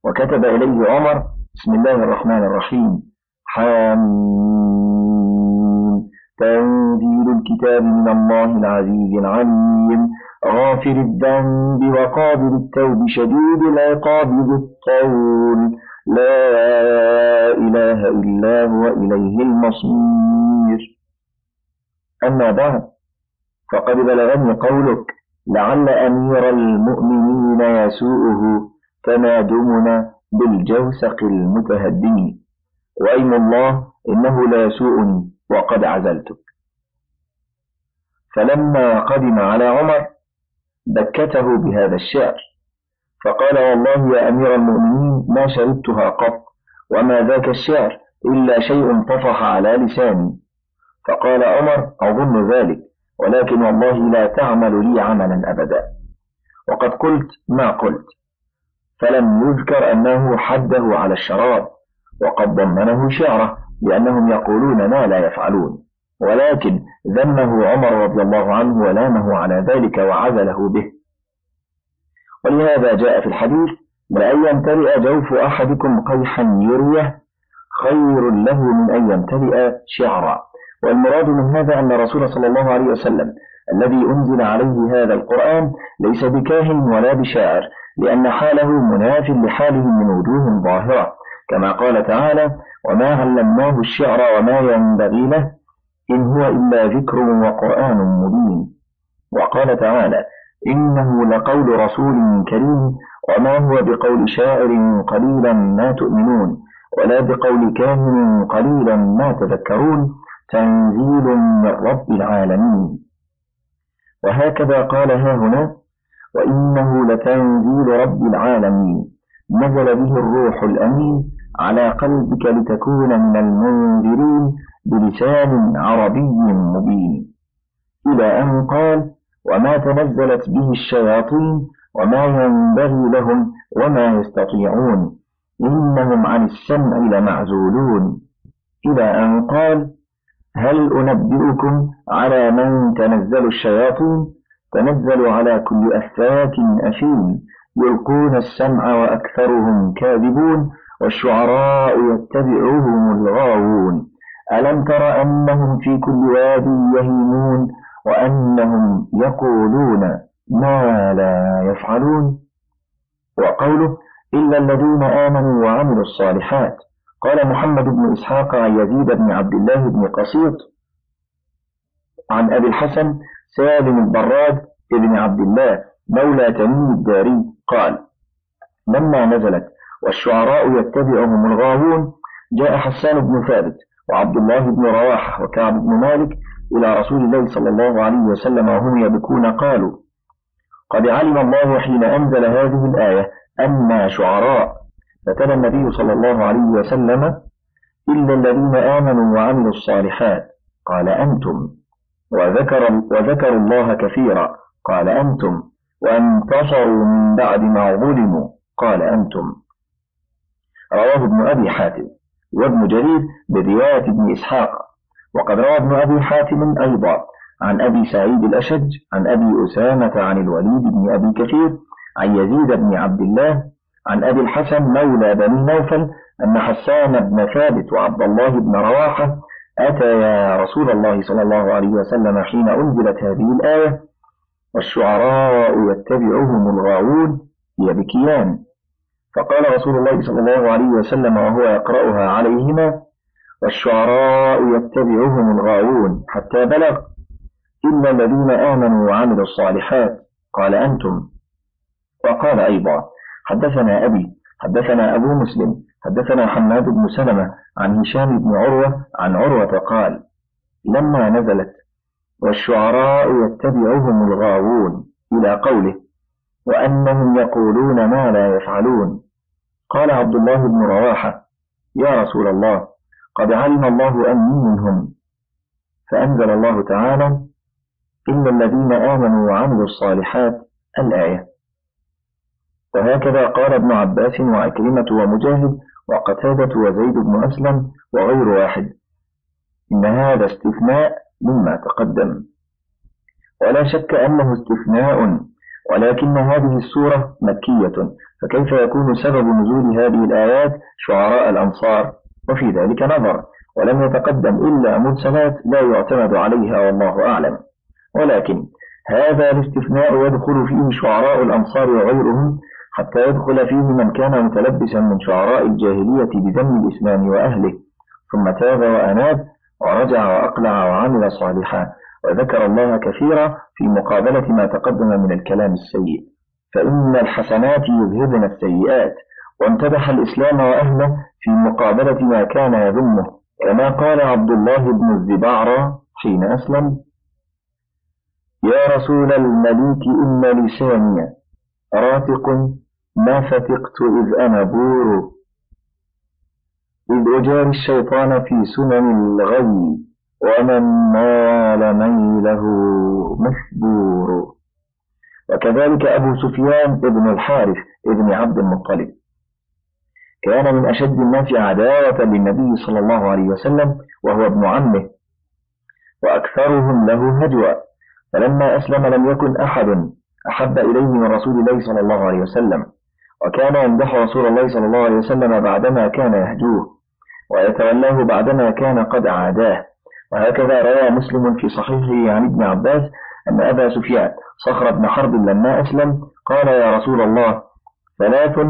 وكتب إليه عمر: بسم الله الرحمن الرحيم، حميم، تنزيل الكتاب من الله العزيز العليم، غافر الذنب وقابل التوب شديد العقاب ذو الطول، لا إله إلا هو إليه المصير. أما بعد، فقد بلغني قولك: لعل أمير المؤمنين يسوءه تنادمنا بالجوسق المتهدم، وأيم الله إنه لا يسوءني وقد عزلتك. فلما قدم على عمر بكته بهذا الشعر، فقال: والله يا أمير المؤمنين ما شربتها قط، وما ذاك الشعر إلا شيء طفح على لساني. فقال عمر: أظن ذلك، ولكن والله لا تعمل لي عملا أبدا. وقد قلت ما قلت، فلم يذكر أنه حده على الشراب، وقد ضمنه شعره، لأنهم يقولون ما لا يفعلون، ولكن ذمه عمر رضي الله عنه ولامه على ذلك وعزله به. ولهذا جاء في الحديث: لأن يمتلئ جوف أحدكم قيحا يريه خير له من أن يمتلئ شعرا. والمراد من هذا أن الرسول صلى الله عليه وسلم الذي أنزل عليه هذا القرآن ليس بكاهن ولا بشاعر، لأن حاله مناف لحاله من وجوه ظاهرة، كما قال تعالى: وما علمناه الشعر وما ينبغي له إن هو إلا ذكر وقرآن مبين. وقال تعالى: إنه لقول رسول كريم وما هو بقول شاعر قليلا ما تؤمنون ولا بقول كاهن قليلا ما تذكرون تنزيل من رب العالمين. وهكذا قال ها هنا: وإنه لتنزيل رب العالمين نزل به الروح الأمين على قلبك لتكون من المنذرين بلسان عربي مبين، إلى أن قال: وما تنزلت به الشياطين وما ينبغي لهم وما يستطيعون إنهم عن السمع لمعزولون، إلى أن قال: هل أنبئكم على من تنزل الشياطين؟ تنزل على كل أفاك أثيم يلقون السمع وأكثرهم كاذبون والشعراء يتبعهم الغاوون ألم تر أنهم في كل واد يهيمون وأنهم يقولون ما لا يفعلون. وقوله: إلا الذين آمنوا وعملوا الصالحات. قال محمد بن إسحاق عن يزيد بن عبد الله بن قسيط عن أبي الحسن سالم البراد بن عبد الله مولى تميم الداري قال: لما نزلت والشعراء يتبعهم الغاوون جاء حسان بن ثابت وعبد الله بن رواحة وكعب بن مالك إلى رسول الله صلى الله عليه وسلم وهم يبكون، قالوا: قد علم الله حين أنزل هذه الآية أننا شعراء. فتلا النبي صلى الله عليه وسلم: إلا الذين آمنوا وعملوا الصالحات قال أنتم، وذكروا الله كثيرا قال أنتم، وانتصروا من بعد ما ظلموا قال أنتم. رواه ابن أبي حاتم وابن جرير برواية ابن إسحاق. وقد روى ابن أبي حاتم أيضا عن أبي سعيد الأشج عن أبي أسامة عن الوليد بن أبي كثير عن يزيد بن عبد الله عن أبي الحسن مولى بني نوفل أن حسان بن ثابت وعبد الله بن رواحة أتيا رسول الله صلى الله عليه وسلم حين أنزلت هذه الآية: والشعراء يتبعهم الغاوون يبكيان. فقال رسول الله صلى الله عليه وسلم وهو يقرأها عليهما: والشعراء يتبعهم الغاوون، حتى بلغ: إلا الذين آمنوا وعملوا الصالحات قال أنتم. وقال أيضا: حدثنا أبي حدثنا أبو مسلم حدثنا حماد بن سلمة عن هشام بن عروة عن عروة قال: لما نزلت والشعراء يتبعهم الغاوون إلى قوله: وأنهم يقولون ما لا يفعلون، قال عبد الله بن رواحة: يا رسول الله، قد علم الله أني منهم. فأنزل الله تعالى: إلا الذين آمنوا وعملوا الصالحات الآية. وهكذا قال ابن عباس وعكرمة ومجاهد وقتادة وزيد بن أسلم وغير واحد. إن هذا استثناء مما تقدم، ولا شك أنه استثناء ولكن هذه السورة مكية، فكيف يكون سبب نزول هذه الآيات شعراء الأنصار؟ وفي ذلك نظر، ولم يتقدم إلا مرسلات لا يعتمد عليها والله أعلم. ولكن هذا الاستثناء يدخل فيه شعراء الأنصار وغيرهم، حتى يدخل فيه من كان متلبسا من شعراء الجاهلية بذم الإسلام وأهله، ثم تاب وأناب ورجع وأقلع وعمل صالحا، وذكر الله كثيرا في مقابلة ما تقدم من الكلام السيء. فإن الحسنات يذهبن السيئات، وامتدح الإسلام وأهله في مقابلة ما كان يذمه، كما قال عبد الله بن الزبعرى حين أسلم: يا رسول المليك إن لساني راتق ما فتقت إذ أنا بور، إذ أجاري الشيطان في سنن الغي، ومن مال ميله مثبور. وكذلك أبو سفيان ابن الحارث ابن عبد المطلب كان من أشد الناس عداوة للنبي صلى الله عليه وسلم، وهو ابن عمه وأكثرهم له هجوة، فلما أسلم لم يكن أحد أحب إليه من رسول الله صلى الله عليه وسلم، وكان يمدح رسول الله صلى الله عليه وسلم بعدما كان يهجوه، ويتولاه بعدما كان قد عاداه. وهكذا روى مسلم في صحيحه عن ابن عباس أن أبا سفيان صخر بن حرب لما أسلم قال: يا رسول الله، ثلاث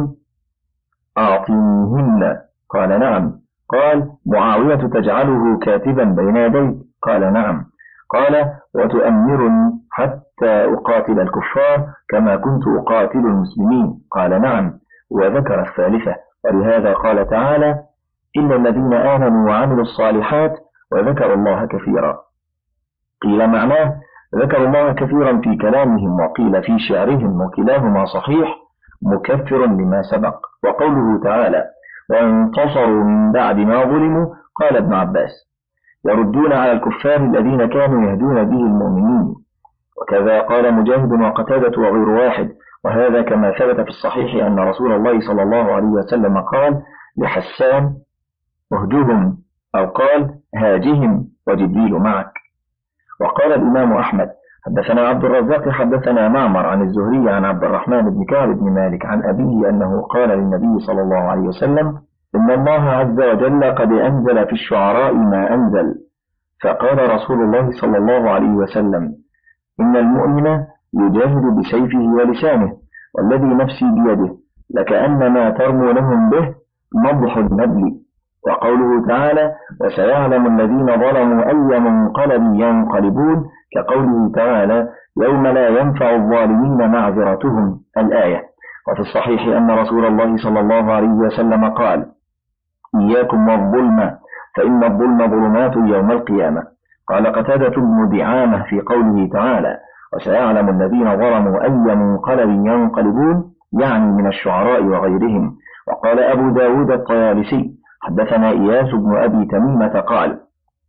أعطينيهن. قال: نعم. قال: معاوية تجعله كاتبا بين يديك؟ قال: نعم. قال: وتؤمرني حتى أقاتل الكفار كما كنت أقاتل المسلمين؟ قال: نعم. وذكر الثالثة، ولهذا قال تعالى: إلا الذين آمنوا وعملوا الصالحات وذكروا الله كثيرا. قيل معناه ذكروا الله كثيرا في كلامهم، وقيل في شعرهم، وكلاهما صحيح مكفر لما سبق. وقوله تعالى: وانتصروا من بعد ما ظلموا، قال ابن عباس: يردون على الكفار الذين كانوا يهدون به المؤمنين. وكذا قال مجاهد وقتادة وغير واحد، وهذا كما ثبت في الصحيح أن رسول الله صلى الله عليه وسلم قال لحسان: اهجهم، أو قال: هاجهم وجبريل معك. وقال الإمام أحمد: حدثنا عبد الرزاق حدثنا معمر عن الزهري عن عبد الرحمن بن كعب بن مالك عن أبيه أنه قال للنبي صلى الله عليه وسلم: إن الله عز وجل قد أنزل في الشعراء ما أنزل. فقال رسول الله صلى الله عليه وسلم: إن المؤمن يجاهد بسيفه ولسانه، والذي نفسي بيده لكأنما ترمونهم به مضح النبل. وقوله تعالى: وسيعلم الذين ظلموا أي منقلب ينقلبون، كقوله تعالى: يوم لا ينفع الظالمين معذرتهم، الآية. وفي الصحيح أن رسول الله صلى الله عليه وسلم قال: إياكم والظلم فإن الظلم ظلمات يوم القيامة. قال قتادة بن دعامة في قوله تعالى: وسيعلم الذين ظلموا أي منقلب ينقلبون، يعني من الشعراء وغيرهم. وقال أبو داود الطيالسي: حدثنا إياس بن أبي تميمة قال: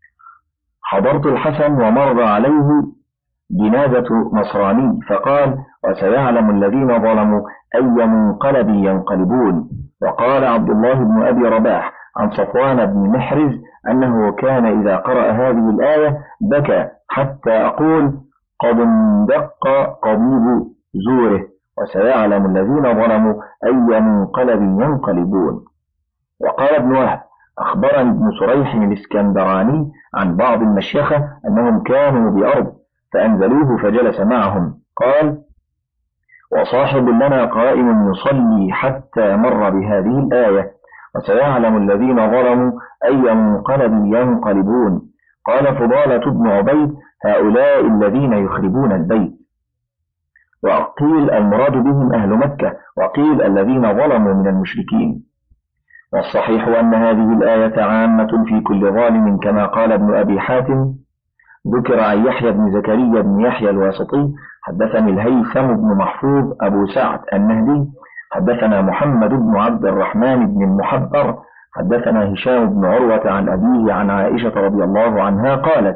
حضرت الحسن ومر عليه جنازة نصراني، فقال: وسيعلم الذين ظلموا أي منقلب ينقلبون. وقال عبد الله بن أبي رباح عن صفوان بن محرز أنه كان إذا قرأ هذه الآية بكى حتى أقول: قد اندق قضيب زوره، وسيعلم الذين ظلموا أي منقلب ينقلبون. وقال ابن وهب: أخبرني ابن سريح الإسكندراني عن بعض المشيخة أنهم كانوا بأرض فأنزلوه فجلس معهم. قال: وصاحب لنا قائم يصلي حتى مر بهذه الآية: وسيعلم الذين ظلموا أي منقلب ينقلبون. قال فضالة بن عبيد: هؤلاء الذين يخربون البيت. وقيل المراد بهم أهل مكة، وقيل الذين ظلموا من المشركين. والصحيح أن هذه الآية عامة في كل ظالم، كما قال ابن أبي حاتم: ذكر عن يحيى بن زكريا بن يحيى الواسطي: حدثني الهيثم بن محفوظ أبو سعد النهدي حدثنا محمد بن عبد الرحمن بن المحبر حدثنا هشام بن عروة عن أبيه عن عائشة رضي الله عنها قالت: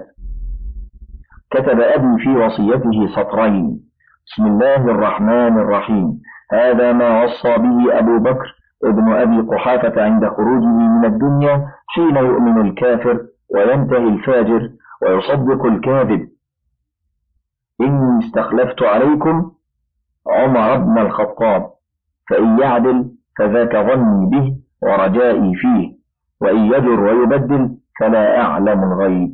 كتب أبي في وصيته سطرين: بسم الله الرحمن الرحيم، هذا ما وصى به أبو بكر ابن أبي قحافة عند خروجه من الدنيا، حين يؤمن الكافر وينتهي الفاجر ويصدق الكاذب. إني استخلفت عليكم عمر بن الخطاب، فإن يعدل فذاك ظني به ورجائي فيه، وإن يجر ويبدل فلا أعلم الغيب.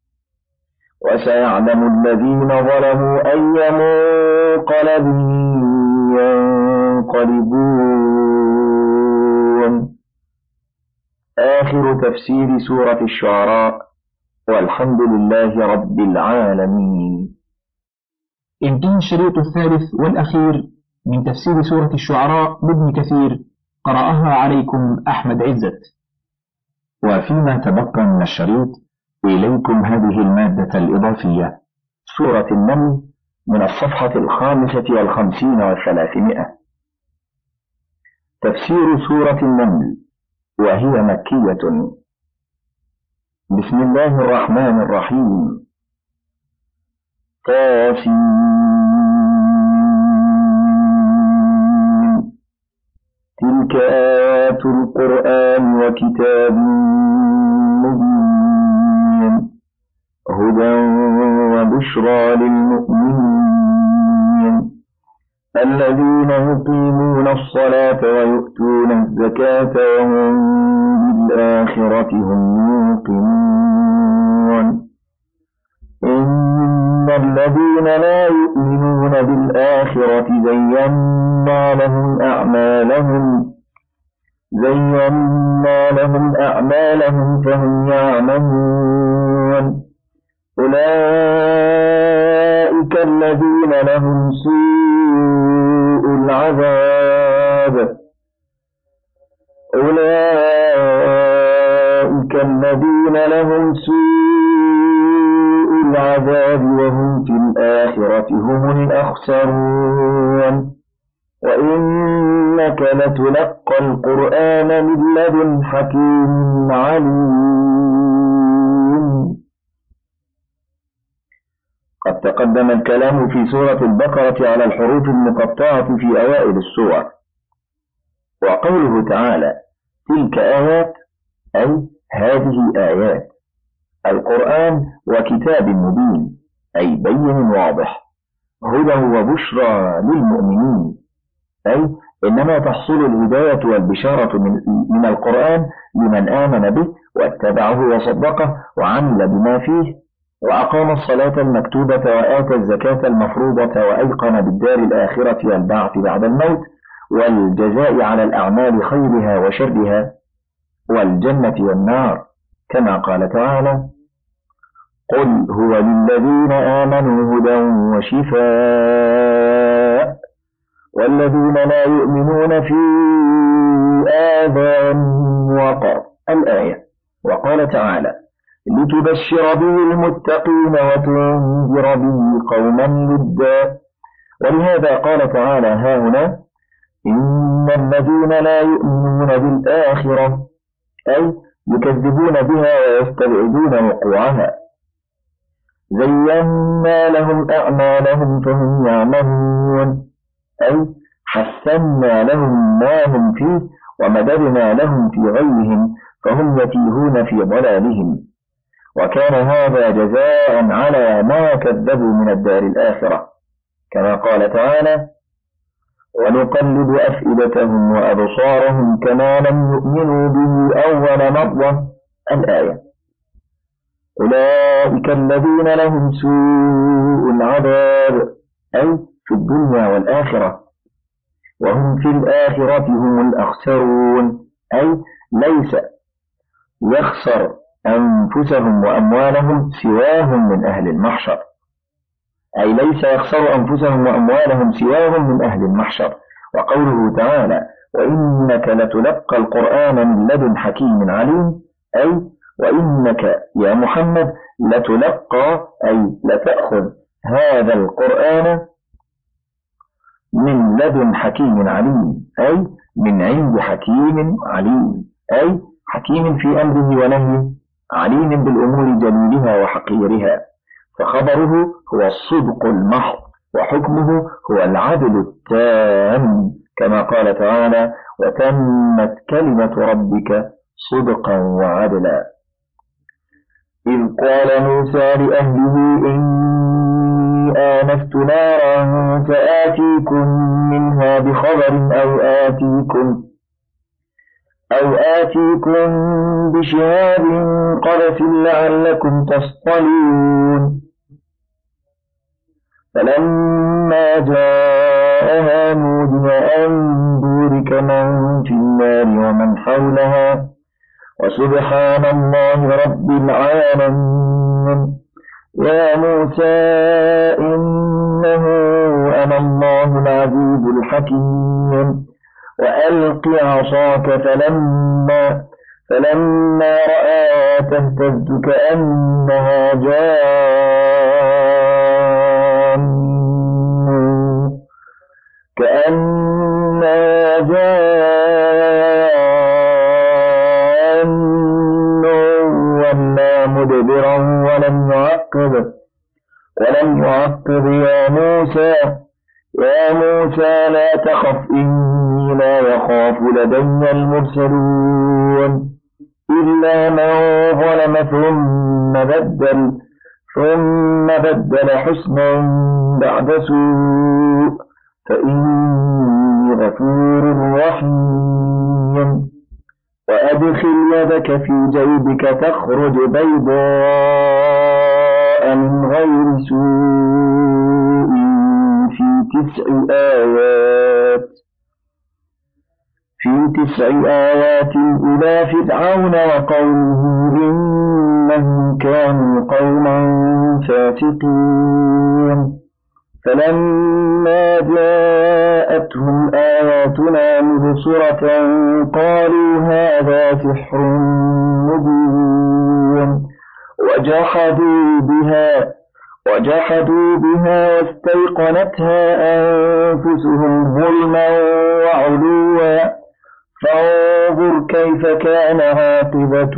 وسيعلم الذين ظلموا أي منقلب ينقلبون. آخر تفسير سورة الشعراء، والحمد لله رب العالمين. انتهى الشريط الثالث والأخير من تفسير سورة الشعراء لابن كثير، قرأها عليكم أحمد عزت. وفيما تبقى من الشريط إليكم هذه المادة الإضافية، سورة النمل من الصفحة 55 و300. تفسير سورة النمل، وهي مكية. بسم الله الرحمن الرحيم. تلك آيات القرآن وكتاب مبين، هدى وبشرى للمؤمنين الذين يقيمون الصلاة ويؤتون الزكاة وهم بالآخرة هم يوقنون. إن الذين لا يؤمنون بالآخرة زينا لهم أعمالهم فهم يعملون. أولئك الذين لهم سوء العذاب وهم في الآخرة هم الأخسرون. وإنك لتلقى القرآن من لدن حكيم عليم. قد تقدم الكلام في سورة البقرة على الحروف المقطعة في أوائل السور. وقوله تعالى تلك آيات، أي هذه آيات القرآن وكتاب مبين، أي بين واضح، هدى وبشرى للمؤمنين، أي إنما تحصل الهداية والبشارة من القرآن لمن آمن به واتبعه وصدقه وعمل بما فيه وأقام الصلاة المكتوبة وآتى الزكاة المفروضة وأيقن بالدار الآخرة والبعث بعد الموت والجزاء على الأعمال خيرها وشرها والجنة والنار، كما قال تعالى قل هو للذين آمنوا هدى وشفاء والذين لا يؤمنون في آذانهم وقر. الآية. وقال تعالى لتبشر به المتقين وتنذر به قوما لدا. ولهذا قال تعالى هاهنا إن الذين لا يؤمنون بالآخرة، أي يكذبون بها ويستبعدون وقوعها، زينا لهم أعمالهم فهم يعملون، أي حسنا لهم ما هم فيه ومددنا لهم في غيهم فهم يتيهون في ضلالهم، وكان هذا جزاء على ما كذبوا من الدار الآخرة، كما قال تعالى ونقلب أفئدتهم وأبصارهم كما لم يؤمنوا به أول مرة. الآية. أولئك الذين لهم سوء العذاب، أي في الدنيا والآخرة، وهم في الآخرة هم الأخسرون، أي ليس يخسر أنفسهم وأموالهم سواهم من أهل المحشر، أي ليس يخسر أنفسهم وأموالهم سواهم من أهل المحشر. وقوله تعالى وإنك لتلقى القرآن من لدن حكيم عليم، أي وإنك يا محمد لتلقى، أي لتأخذ هذا القرآن من لدن حكيم عليم، أي من عند حكيم عليم، أي حكيم في أمره ونهيه، عليم بالأمور جليلها وحقيرها، فخبره هو الصدق المحض وحكمه هو العدل التام، كما قال تعالى وتمت كلمة ربك صدقا وعدلا. إذ قال موسى لأهله إني آنست نارا سآتيكم منها بخبر أو آتيكم بشهاب قبس لعلكم تصطلون فلما جاءها نودي أن بورك من في النار ومن حولها وسبحان الله رب العالمين يا موسى إنه أنا الله العزيز الحكيم وألق عصاك فلما رأى تهتز كأنها جان ولا مدبرا ولم يعقب يا موسى لا تخف إني لا يخاف لدي المرسلون إلا من ظلم ثم بدل حسنا بعد سوء فإني غفور رحيم وأدخل يدك في جيبك تخرج بيضاء من غير سوء في 9 آيات إلى فرعون وقومه إنهم كانوا قوما فاسقين فلما جاءتهم آياتنا مبصرة قالوا هذا سحر مبين وجحدوا بها واستيقنتها أنفسهم ظلما وعلوا فانظر كيف كان عاقبة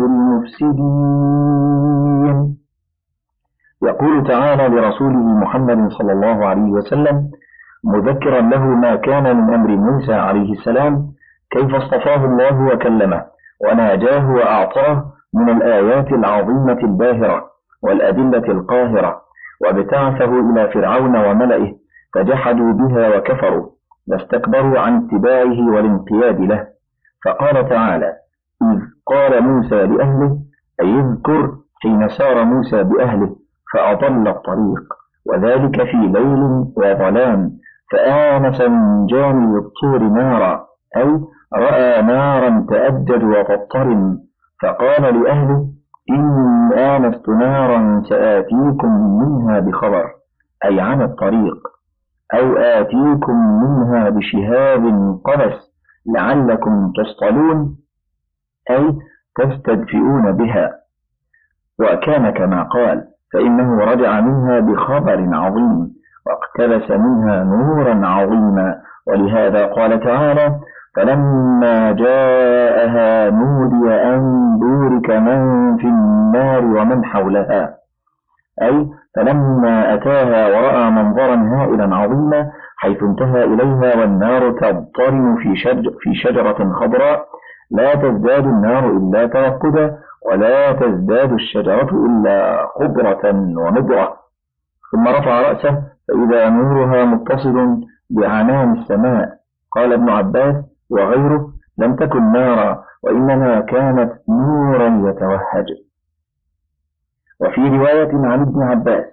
المفسدين. يقول تعالى لرسوله محمد صلى الله عليه وسلم مذكرا له ما كان من أمر موسى عليه السلام كيف اصطفاه الله وكلمه وناجاه وأعطاه من الآيات العظيمة الباهرة والأدلة القاهرة وابتعثه إلى فرعون وملئه فجحدوا بها وكفروا واستكبروا عن اتباعه والانقياد له. فقال تعالى إذ قال موسى لأهله أي اذكر حين سار موسى بأهله فأضل الطريق وذلك في ليل وظلام فآنس من جانب الطور نارا أي رأى نارا تأجج وتضطرم فقال لأهله إني آنست نارا سآتيكم منها بخبر أي عن الطريق أو آتيكم منها بشهاب قبس لعلكم تصطلون أي تستدفئون بها وكان كما قال فإنه رجع منها بخبر عظيم واقتبس منها نورا عظيما ولهذا قال تعالى فلما جاءها نودي أن بورك من في النار ومن حولها أي فلما أتاها ورأى منظرا هائلا عظيما حيث انتهى إليها والنار تضطرم في شجرة خضراء لا تزداد النار إلا توقدا ولا تزداد الشجرة إلا خضرة ومضرة ثم رفع رأسه فإذا نورها متصل بعنان السماء. قال ابن عباس وغيره لم تكن نارا وإنما كانت نورا يتوهج. وفي رواية عن ابن عباس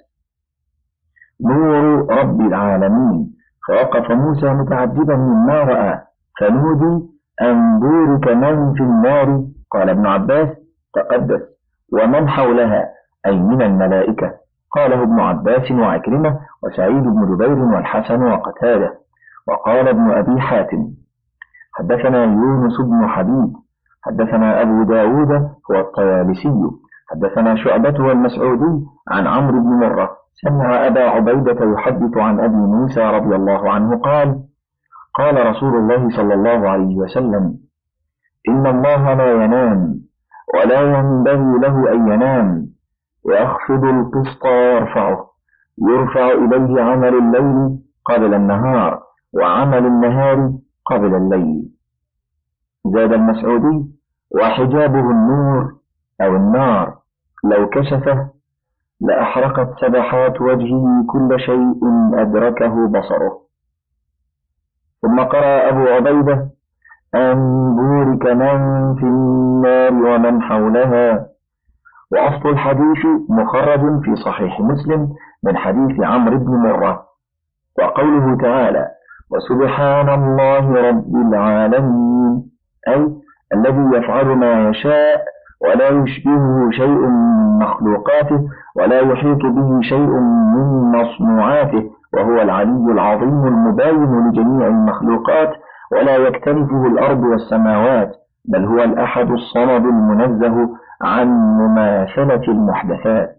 نور رب العالمين فوقف موسى متعجبا مما رأى فنودي أن بورك من في النار قال ابن عباس تقدس ومن حولها أي من الملائكة قاله ابن عباس وعكرمة وسعيد بن جبير والحسن وقتادة. وقال ابن أبي حاتم حدثنا يونس بن حبيب حدثنا أبو داود هو الطيالسي حدثنا شعبة والمسعودي عن عمرو بن مرة سمع أبا عبيدة يحدث عن أبي موسى رضي الله عنه قال رسول الله صلى الله عليه وسلم إن الله لا ينام ولا ينبغي له أن ينام يخفض القسط ويرفعه يرفع إليه عمل الليل قبل النهار وعمل النهار قبل الليل. زاد المسعودي وحجابه النور أو النار لو كشفه لأحرقت سبحات وجهه كل شيء أدركه بصره. ثم قرأ أبو عبيدة أن بورك من في النار ومن حولها. وأصل الحديث مخرج في صحيح مسلم من حديث عمرو بن مرة. وقوله تعالى وسبحان الله رب العالمين أي الذي يفعل ما يشاء ولا يشبهه شيء من مخلوقاته ولا يحيط به شيء من مصنوعاته، وهو العلي العظيم المباين لجميع المخلوقات ولا يكتنفه الأرض والسماوات، بل هو الأحد الصمد المنزه عن مماثلة المحدثات.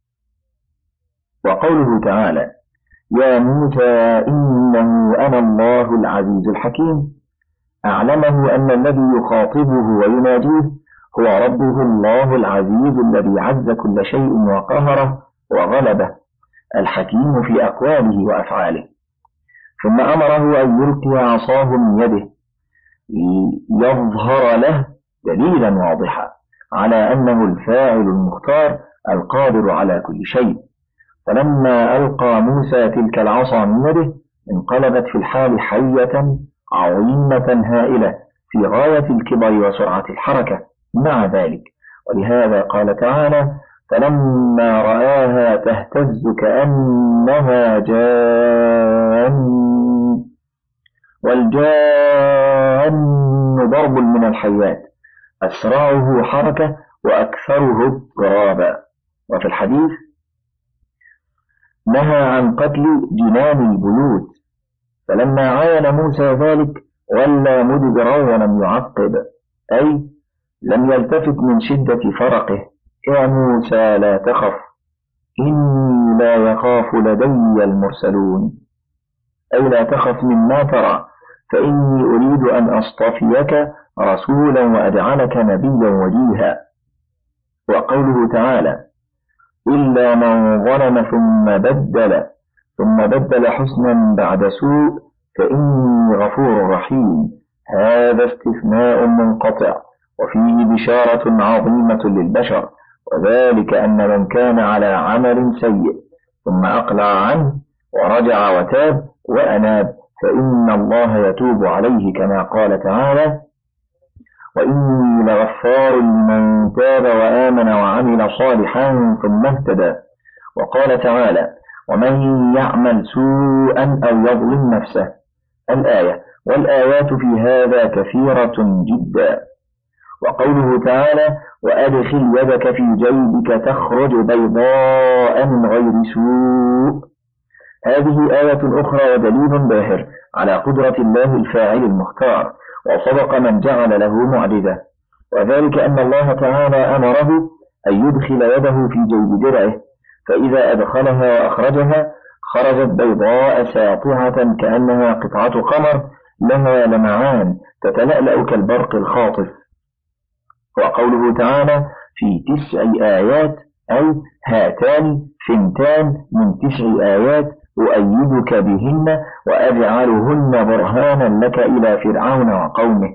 وقوله تعالى يا موسى إنه أنا الله العزيز الحكيم أعلمه أن الذي يخاطبه ويناديه هو ربه الله العزيز الذي عز كل شيء وقهره وغلبه، الحكيم في أقواله وأفعاله. ثم أمره أن يلقي عصاه من يده يظهر له دليلا واضحا على أنه الفاعل المختار القادر على كل شيء. فلما ألقى موسى تلك العصا من يده انقلبت في الحال حية عظيمة هائلة في غاية الكبر وسرعة الحركة مع ذلك، ولهذا قال تعالى فلما رآها تهتز كأنها جان، والجان ضرب من الحيات أسرعه حركة وأكثره اضطرابا. وفي الحديث نهى عن قتل جنان البيوت، فلما عاين موسى ذلك ولى مدبرا ولم يعقب، أي لم يلتفت من شدة فرقه يا موسى لا تخف إني لا يخاف لدي المرسلون، أي لا تخف مما ترى فإني أريد أن أصطفيك رسولا وأجعلك نبيا وجيها. وقوله تعالى إلا من ظلم ثم بدل حسنا بعد سوء فإني غفور رحيم، هذا استثناء منقطع وفيه بشارة عظيمة للبشر، وذلك أن من كان على عمل سيء ثم أقلع عنه ورجع وتاب وأناب فإن الله يتوب عليه كما قال تعالى وإني لغفار لمن تاب وآمن وعمل صالحا ثم اهتدى. وقال تعالى ومن يعمل سوءا أو يظلم نفسه الآية، والآيات في هذا كثيرة جدا. وقوله تعالى وأدخل يدك في جيبك تخرج بيضاء من غير سوء، هذه آية أخرى ودليل باهر على قدرة الله الفاعل المختار، وصدق من جعل له معجزة، وذلك أن الله تعالى أمره أن يدخل يده في جيب درعه، فإذا أدخلها وأخرجها خرجت بيضاء ساطعة كأنها قطعة قمر لها لمعان تتلألأ كالبرق الخاطف. وقوله تعالى في 9 آيات أي هاتان ثنتان من 9 آيات أؤيدك بهن وأجعلهن برهانا لك إلى فرعون وقومه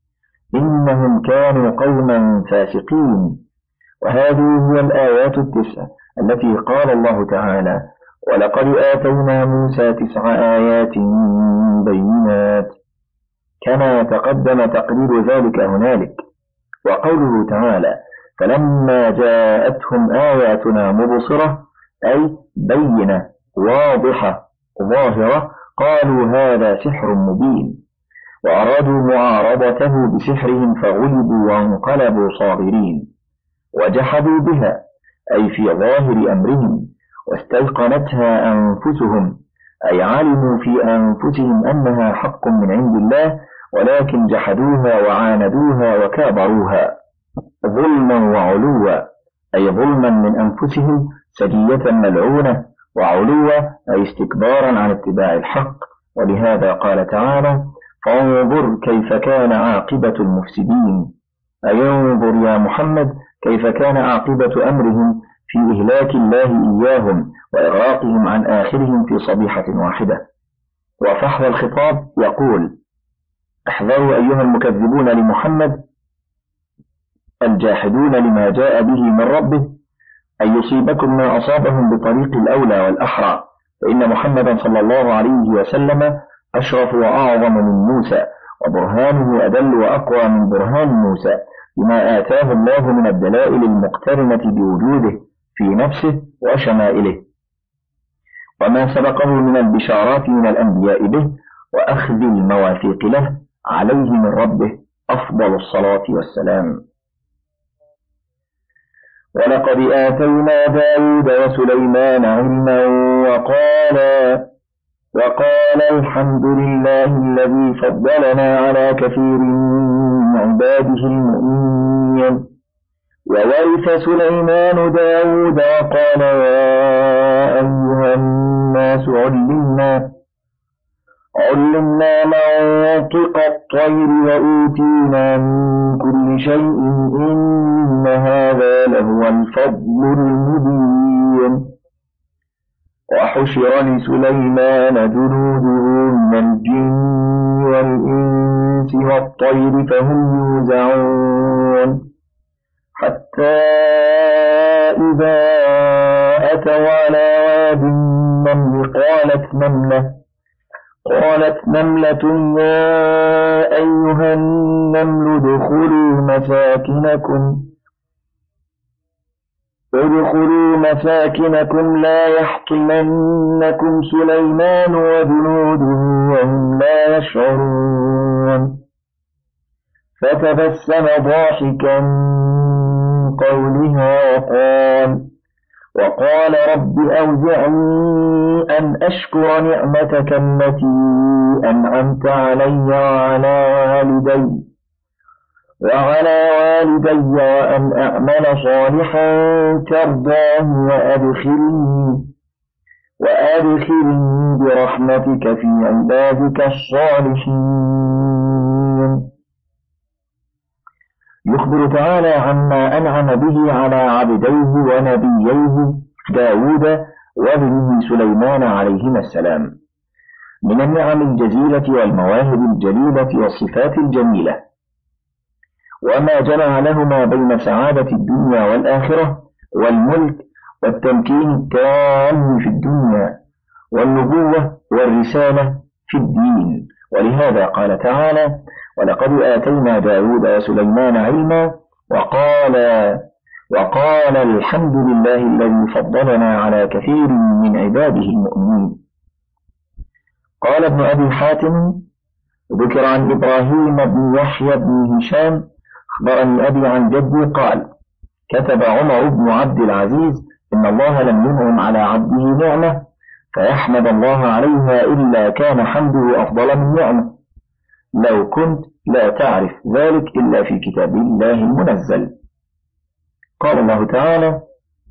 إنهم كانوا قوما فاسقين. وهذه هي الآيات 9 التي قال الله تعالى ولقد آتينا موسى 9 آيات بينات، كما تقدم تقرير ذلك هنالك. وقوله تعالى فلما جاءتهم آياتنا مبصرة أي بينة واضحة ظاهرة قالوا هذا سحر مبين، وأرادوا معارضته بسحرهم فغلبوا وانقلبوا صاغرين، وجحدوا بها أي في ظاهر أمرهم، واستيقنتها أنفسهم أي علموا في أنفسهم أنها حق من عند الله ولكن جحدوها وعاندوها وكابروها ظلما وعلوا، أي ظلما من أنفسهم سجية ملعونة، وعلوا أي استكبارا عن اتباع الحق. ولهذا قال تعالى فانظر كيف كان عاقبة المفسدين، أي انظر يا محمد كيف كان عاقبة أمرهم في إهلاك الله إياهم وإغراقهم عن آخرهم في صبيحة واحدة. وفحوى الخطاب يقول احذروا أيها المكذبون لمحمد الجاحدون لما جاء به من ربه أن يصيبكم ما أصابهم بطريق الأولى والأحرى، فإن محمدا صلى الله عليه وسلم أشرف وأعظم من موسى، وبرهانه أدل وأقوى من برهان موسى، بما آتاه الله من الدلائل المقترنة بوجوده في نفسه وشمائله، وما سبقه من البشارات من الأنبياء به، وأخذ المواثيق له عليه من ربه أفضل الصلاة والسلام. ولقد آتينا داود وسليمان علما وقال الحمد لله الذي فضلنا على كثير من عباده المؤمنين. وورث سليمان داود وقال يا أيها الناس علمنا منطق الطير وأوتينا من كل شيء إن هذا لهو الفضل المبين. وحشر لسليمان جنوده من الجن والإنس والطير فهم يوزعون، حتى إذا أتوا على واد النمل قالت نملة يا أيها النمل ادخلوا مساكنكم لا يحطمنكم سليمان وجنوده وهم لا يشعرون. فتبسم ضاحكا من قولها وقال رب أوزعني أن أشكر نعمتك التي أنعمت علي وعلى والدي وأن أعمل صالحا ترضاه وأدخلني برحمتك في عبادك الصالحين. يخبر تعالى عما أنعم به على عبديه ونبييه داود وابنه سليمان عليهما السلام من النعم الجزيلة والمواهب الجليلة والصفات الجميلة، وما جمع لهما بين سعادة الدنيا والآخرة والملك والتمكين التام في الدنيا والنبوة والرسالة في الدين. ولهذا قال تعالى ولقد آتينا داود وسليمان علما وقال الحمد لله الذي فضلنا على كثير من عباده المؤمنين. قال ابن أبي حاتم ذكر عن إبراهيم بن يحيى بن هشام أخبرني أبي عن جدي قال كتب عمر بن عبد العزيز إن الله لم ينعم على عبده نعمة فيحمد الله عليها إلا كان حمده أفضل من نعمة، لو كنت لا تعرف ذلك إلا في كتاب الله المنزل. قال الله تعالى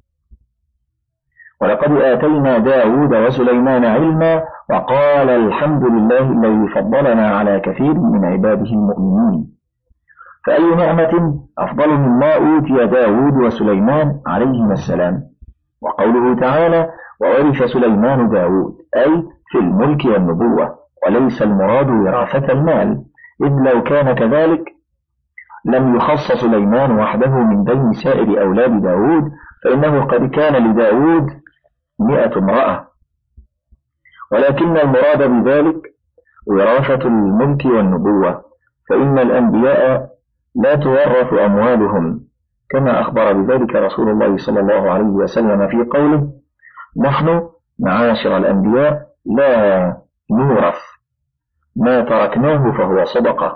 ولقد آتينا داود وسليمان علما وقال الحمد لله الذي فضلنا على كثير من عباده المؤمنين. فأي نعمة أفضل مما أوتي داود وسليمان عليهما السلام. وقوله تعالى وورث سليمان داود أي في الملك والنبوة، وليس المراد وراثة المال، إذ لو كان كذلك لم يخص سليمان وحده من بين سائر أولاد داود، فإنه قد كان لداود 100 امرأة، ولكن المراد بذلك وراثة الملك والنبوة، فإن الأنبياء لا تورث أموالهم، كما أخبر بذلك رسول الله صلى الله عليه وسلم في قوله نحن معاشر الأنبياء لا نورث، ما تركناه فهو صدقة.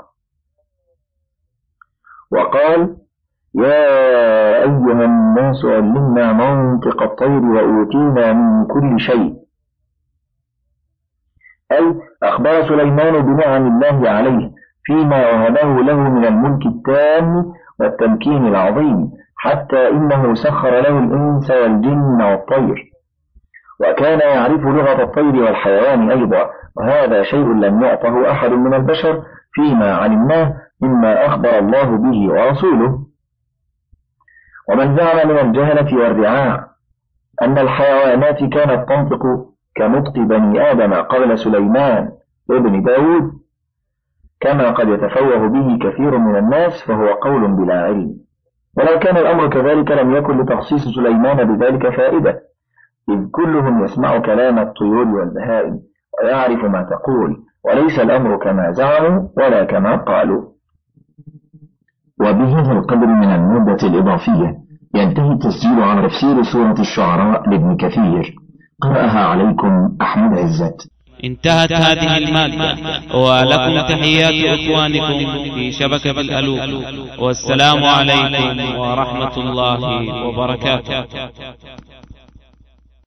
وقال يا أيها الناس علمنا منطق الطير وأوتينا من كل شيء، أي أخبر سليمان بنعم الله عليه فيما وهبه له من الملك التام والتمكين العظيم، حتى إنه سخر له الإنس والجن والطير، وكان يعرف لغة الطير والحيوان أيضا، وهذا شيء لم يعطه أحد من البشر فيما علمناه مما أخبر الله به ورسوله. ومن زعم من الجهلة والرعاع أن الحيوانات كانت تنطق كنطق بني آدم قبل سليمان ابن داود كما قد يتفوه به كثير من الناس، فهو قول بلا علم. ولو كان الأمر كذلك لم يكن لتخصيص سليمان بذلك فائدة، إذ كلهم يسمع كلام الطيور والبهائم ويعرف ما تقول، وليس الأمر كما زعموا ولا كما قالوا. وبهذا القدر من المدة الإضافية ينتهي التسجيل عن تفسير سورة الشعراء لابن كثير. قرأها عليكم أحمد عزت. انتهت هذه المادة، ولكم تحيات إخوانكم في شبكة الألوف، والسلام عليكم ورحمة الله وبركاته.